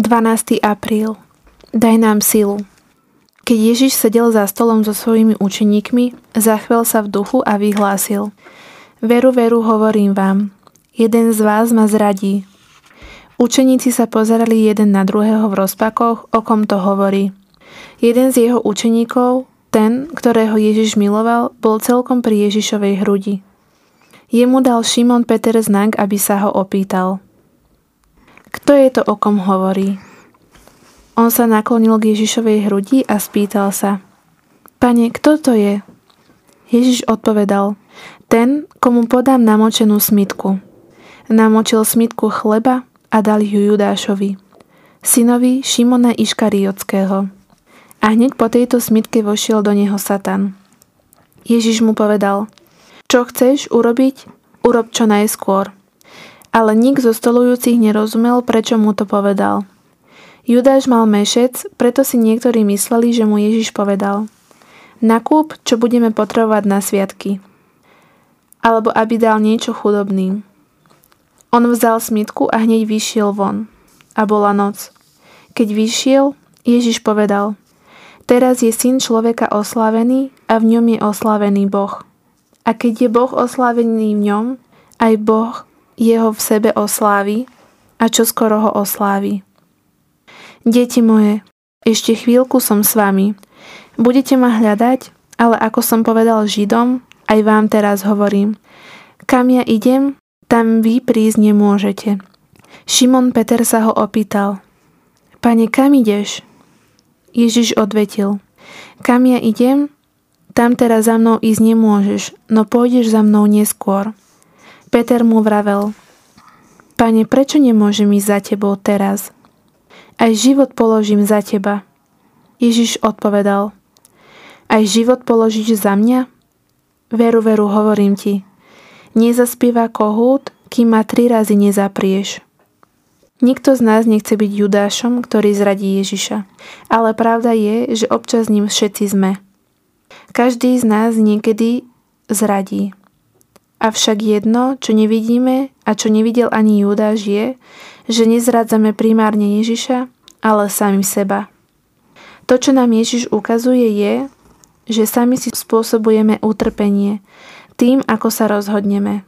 12. apríl. Daj nám silu. Keď Ježiš sedel za stolom so svojimi učeníkmi, zachvel sa v duchu a vyhlásil: Veru, veru, hovorím vám, jeden z vás ma zradí. Učeníci sa pozerali jeden na druhého v rozpakoch, o kom to hovorí. Jeden z jeho učeníkov, ten, ktorého Ježiš miloval, bol celkom pri Ježišovej hrudi. Jemu dal Šimon Peter znak, aby sa ho opýtal: Kto je to, o kom hovorí? On sa naklonil k Ježišovej hrudi a spýtal sa: Pane, kto to je? Ježiš odpovedal: Ten, komu podám namočenú smytku. Namočil smytku chleba a dal ju Judášovi, synovi Šimona Iškariotského. A hneď po tejto smytke vošiel do neho Satan. Ježiš mu povedal: Čo chceš urobiť? Urob čo najskôr. Ale nik zo stolujúcich nerozumel, prečo mu to povedal. Judáš mal mešec, preto si niektorí mysleli, že mu Ježiš povedal: Nakúp, čo budeme potrebovať na sviatky. Alebo aby dal niečo chudobným. On vzal smytku a hneď vyšiel von. A bola noc. Keď vyšiel, Ježiš povedal: Teraz je Syn človeka oslávený a v ňom je oslávený Boh. A keď je Boh oslávený v ňom, aj Boh jeho v sebe oslávi a čoskoro ho oslávi. Deti moje, ešte chvíľku som s vami. Budete ma hľadať, ale ako som povedal Židom, aj vám teraz hovorím. Kam ja idem, tam vy prísť nemôžete. Šimon Peter sa ho opýtal: Pane, kam ideš? Ježiš odvetil: Kam ja idem, tam teraz za mnou ísť nemôžeš, no pôjdeš za mnou neskôr. Peter mu vravel: Pane, prečo nemôžem ísť za tebou teraz? Aj život položím za teba. Ježiš odpovedal: Aj život položíš za mňa? Veru, veru, hovorím ti, nezaspieva kohút, kým ma 3 razy nezaprieš. Nikto z nás nechce byť Judášom, ktorý zradí Ježiša. Ale pravda je, že občas ním všetci sme. Každý z nás niekedy zradí. Avšak jedno, čo nevidíme a čo nevidel ani Judáš, je, že nezradzame primárne Ježiša, ale sami seba. To, čo nám Ježiš ukazuje, je, že sami si spôsobujeme utrpenie tým, ako sa rozhodneme.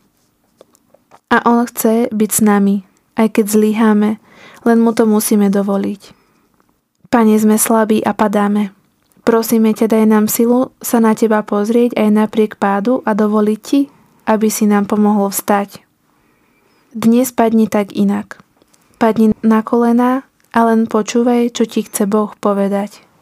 A on chce byť s nami, aj keď zlyháme, len mu to musíme dovoliť. Pane, sme slabí a padáme. Prosíme ťa, daj nám silu sa na teba pozrieť aj napriek pádu a dovoliť ti, aby si nám pomohol vstať. Dnes padni tak inak. Padni na kolená a len počúvaj, čo ti chce Boh povedať.